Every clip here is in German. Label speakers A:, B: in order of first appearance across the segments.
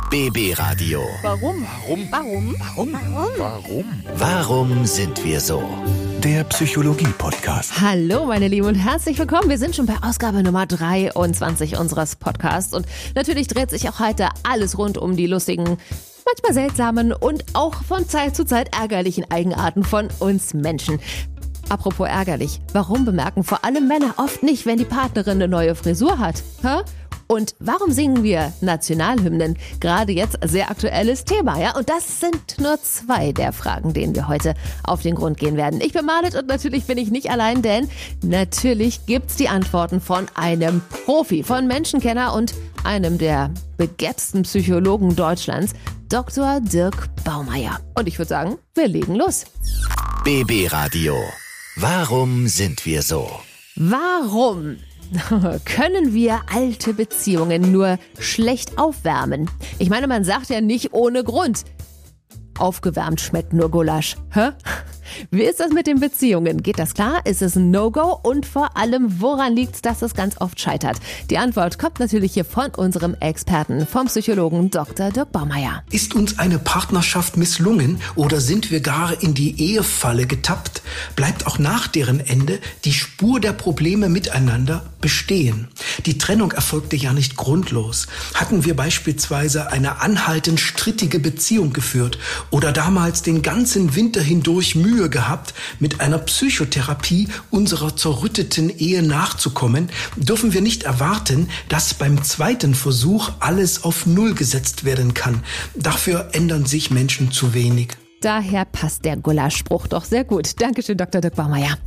A: BB Radio.
B: Warum?
A: Warum sind wir so? Der Psychologie-Podcast.
B: Hallo meine Lieben und herzlich willkommen. Wir sind schon bei Ausgabe Nummer 23 unseres Podcasts und natürlich dreht sich auch heute alles rund um die lustigen, manchmal seltsamen und auch von Zeit zu Zeit ärgerlichen Eigenarten von uns Menschen. Apropos ärgerlich, warum bemerken vor allem Männer oft nicht, wenn die Partnerin eine neue Frisur hat? Hä? Und warum singen wir Nationalhymnen? Gerade jetzt sehr aktuelles Thema, ja? Und das sind nur 2 der Fragen, denen wir heute auf den Grund gehen werden. Ich bin Marlet und natürlich bin ich nicht allein, denn natürlich gibt's die Antworten von einem Profi, von Menschenkenner und einem der begehrtesten Psychologen Deutschlands, Dr. Dirk Baumeier. Und ich würde sagen, wir legen los.
A: BB Radio. Warum sind wir so?
B: Warum können wir alte Beziehungen nur schlecht aufwärmen? Ich meine, man sagt ja nicht ohne Grund, aufgewärmt schmeckt nur Gulasch. Hä? Wie ist das mit den Beziehungen? Geht das klar? Ist es ein No-Go? Und vor allem, woran liegt es, dass es ganz oft scheitert? Die Antwort kommt natürlich hier von unserem Experten, vom Psychologen Dr. Dirk Baumeier.
C: Ist uns eine Partnerschaft misslungen oder sind wir gar in die Ehefalle getappt? Bleibt auch nach deren Ende die Spur der Probleme miteinander bestehen? Die Trennung erfolgte ja nicht grundlos. Hatten wir beispielsweise eine anhaltend strittige Beziehung geführt oder damals den ganzen Winter hindurch Mühe gehabt, mit einer Psychotherapie unserer zerrütteten Ehe nachzukommen, dürfen wir nicht erwarten, dass beim zweiten Versuch alles auf Null gesetzt werden kann. Dafür ändern sich Menschen zu wenig.
B: Daher passt der Gulaschspruch doch sehr gut. Dankeschön, Dr. Dirk Baumeier.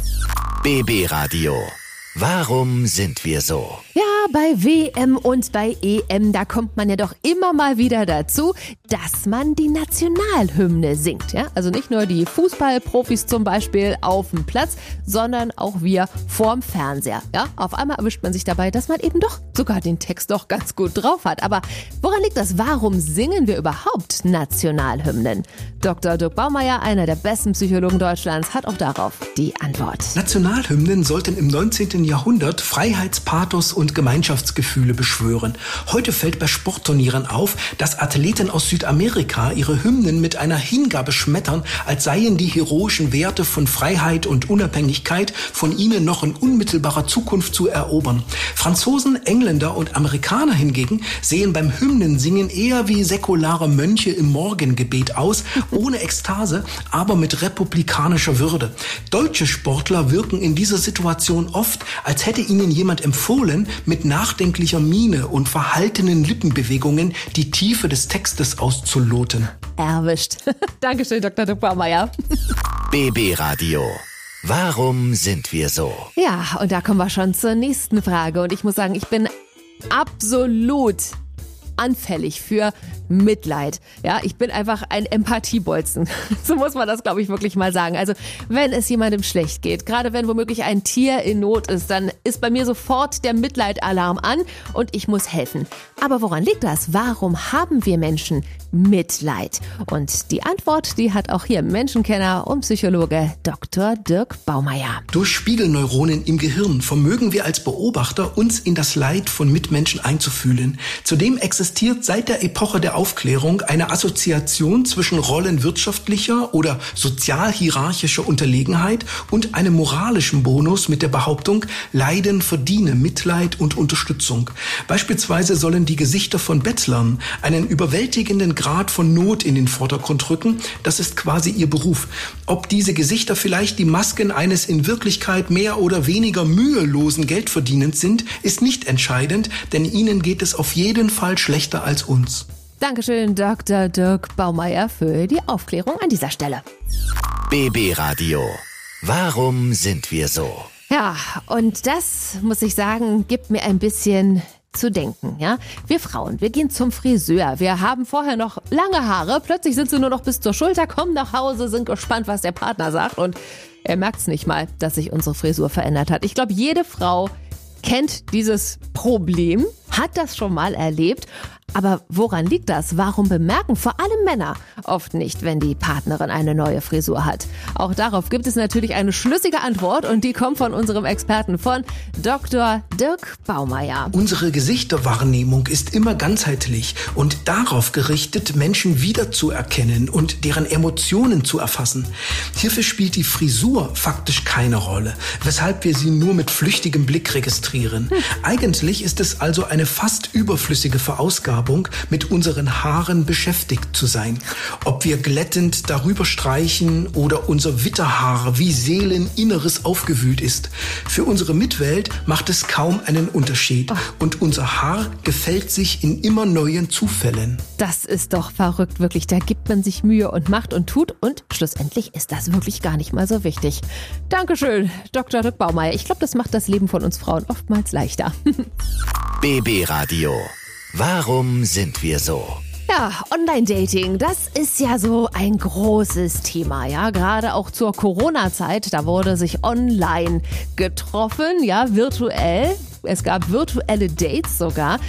A: BB Radio. Warum sind wir so?
B: Ja, bei WM und bei EM, da kommt man ja doch immer mal wieder dazu, dass man die Nationalhymne singt. Ja? Also nicht nur die Fußballprofis zum Beispiel auf dem Platz, sondern auch wir vorm Fernseher. Ja? Auf einmal erwischt man sich dabei, dass man eben doch sogar den Text doch ganz gut drauf hat. Aber woran liegt das? Warum singen wir überhaupt Nationalhymnen? Dr. Dirk Baumeier, einer der besten Psychologen Deutschlands, hat auch darauf die Antwort.
C: Nationalhymnen sollten im 19. Jahrhundert Freiheitspathos und Gemeinschaftsgefühle beschwören. Heute fällt bei Sportturnieren auf, dass Athleten aus Südamerika ihre Hymnen mit einer Hingabe schmettern, als seien die heroischen Werte von Freiheit und Unabhängigkeit von ihnen noch in unmittelbarer Zukunft zu erobern. Franzosen, Engländer und Amerikaner hingegen sehen beim Hymnensingen eher wie säkulare Mönche im Morgengebet aus, ohne Ekstase, aber mit republikanischer Würde. Deutsche Sportler wirken in dieser Situation oft, als hätte ihnen jemand empfohlen, mit nachdenklicher Miene und verhaltenen Lippenbewegungen die Tiefe des Textes auszuloten.
B: Erwischt. Dankeschön, Dr. Dirk Baumeier.
A: BB Radio. Warum sind wir so?
B: Ja, und da kommen wir schon zur nächsten Frage. Und ich muss sagen, ich bin absolut anfällig für Mitleid. Ja, ich bin einfach ein Empathiebolzen. So muss man das, glaube ich, wirklich mal sagen. Also, wenn es jemandem schlecht geht, gerade wenn womöglich ein Tier in Not ist, dann ist bei mir sofort der Mitleidalarm an und ich muss helfen. Aber woran liegt das? Warum haben wir Menschen Mitleid? Und die Antwort, die hat auch hier Menschenkenner und Psychologe Dr. Dirk Baumeier.
C: Durch Spiegelneuronen im Gehirn vermögen wir als Beobachter, uns in das Leid von Mitmenschen einzufühlen. Zudem existiert seit der Epoche der Aufklärung eine Assoziation zwischen Rollen wirtschaftlicher oder sozial-hierarchischer Unterlegenheit und einem moralischen Bonus mit der Behauptung, Leiden verdiene Mitleid und Unterstützung. Beispielsweise sollen die Gesichter von Bettlern einen überwältigenden Grad von Not in den Vordergrund rücken. Das ist quasi ihr Beruf. Ob diese Gesichter vielleicht die Masken eines in Wirklichkeit mehr oder weniger mühelosen Geldverdienens sind, ist nicht entscheidend, denn ihnen geht es auf jeden Fall schlechter als uns.
B: Dankeschön, Dr. Dirk Baumeier, für die Aufklärung an dieser Stelle.
A: BB Radio. Warum sind wir so?
B: Ja, und das, muss ich sagen, gibt mir ein bisschen zu denken, ja. Wir Frauen, wir gehen zum Friseur, wir haben vorher noch lange Haare, plötzlich sind sie nur noch bis zur Schulter, kommen nach Hause, sind gespannt, was der Partner sagt und er merkt's nicht mal, dass sich unsere Frisur verändert hat. Ich glaube, jede Frau kennt dieses Problem, hat das schon mal erlebt. Aber woran liegt das? Warum bemerken vor allem Männer oft nicht, wenn die Partnerin eine neue Frisur hat? Auch darauf gibt es natürlich eine schlüssige Antwort und die kommt von unserem Experten, von Dr. Dirk Baumeier.
C: Unsere Gesichterwahrnehmung ist immer ganzheitlich und darauf gerichtet, Menschen wiederzuerkennen und deren Emotionen zu erfassen. Hierfür spielt die Frisur faktisch keine Rolle, weshalb wir sie nur mit flüchtigem Blick registrieren. Eigentlich ist es also eine fast überflüssige Verausgabung, mit unseren Haaren beschäftigt zu sein. Ob wir glättend darüber streichen oder unser Witterhaar wie Seeleninneres aufgewühlt ist. Für unsere Mitwelt macht es kaum einen Unterschied. Und unser Haar gefällt sich in immer neuen Zufällen.
B: Das ist doch verrückt, wirklich. Da gibt man sich Mühe und macht und tut und schlussendlich ist das wirklich gar nicht mal so wichtig. Dankeschön, Dr. Dirk Baumeier. Ich glaube, das macht das Leben von uns Frauen oftmals leichter.
A: BB Radio. Warum sind wir so?
B: Ja, Online-Dating, das ist ja so ein großes Thema, ja, gerade auch zur Corona-Zeit, da wurde sich online getroffen, ja, virtuell, es gab virtuelle Dates sogar.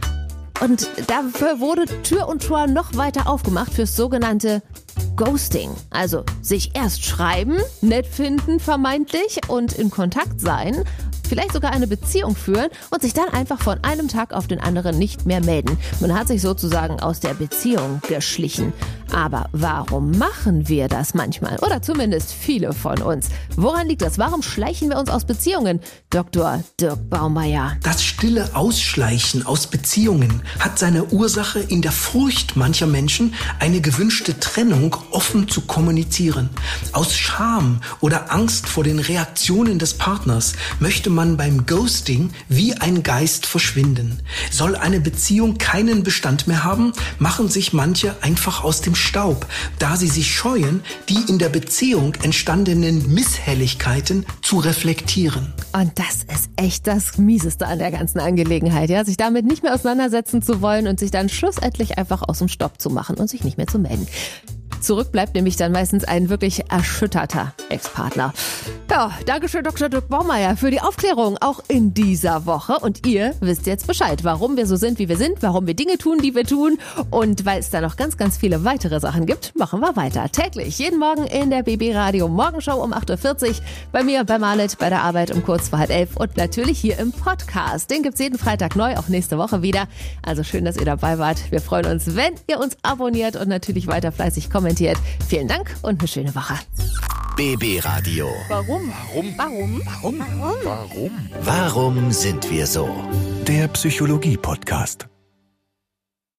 B: Und dafür wurde Tür und Tor noch weiter aufgemacht fürs sogenannte Ghosting. Also sich erst schreiben, nett finden vermeintlich und in Kontakt sein, vielleicht sogar eine Beziehung führen und sich dann einfach von einem Tag auf den anderen nicht mehr melden. Man hat sich sozusagen aus der Beziehung geschlichen. Aber warum machen wir das manchmal? Oder zumindest viele von uns. Woran liegt das? Warum schleichen wir uns aus Beziehungen? Dr. Dirk Baumeier.
C: Das stille Ausschleichen aus Beziehungen hat seine Ursache in der Furcht mancher Menschen, eine gewünschte Trennung offen zu kommunizieren. Aus Scham oder Angst vor den Reaktionen des Partners möchte man beim Ghosting wie ein Geist verschwinden. Soll eine Beziehung keinen Bestand mehr haben, machen sich manche einfach aus dem Staub, da sie sich scheuen, die in der Beziehung entstandenen Misshelligkeiten zu reflektieren.
B: Und das ist echt das Mieseste an der ganzen Angelegenheit, ja, sich damit nicht mehr auseinandersetzen zu wollen und sich dann schlussendlich einfach aus dem Stopp zu machen und sich nicht mehr zu melden. Zurück bleibt nämlich dann meistens ein wirklich erschütterter Ex-Partner. Ja, Dankeschön, Dr. Dirk Baumeier, für die Aufklärung auch in dieser Woche. Und ihr wisst jetzt Bescheid, warum wir so sind, wie wir sind, warum wir Dinge tun, die wir tun. Und weil es da noch ganz, ganz viele weitere Sachen gibt, machen wir weiter. Täglich, jeden Morgen in der BB Radio Morgenshow um 8.40 Uhr. Bei mir, bei Marlet, bei der Arbeit um kurz vor 10:30 und natürlich hier im Podcast. Den gibt's jeden Freitag neu, auch nächste Woche wieder. Also schön, dass ihr dabei wart. Wir freuen uns, wenn ihr uns abonniert und natürlich weiter fleißig kommentiert. Vielen Dank und eine schöne Woche.
A: BB Radio.
B: Warum?
A: Warum sind wir so?
D: Der Psychologie-Podcast.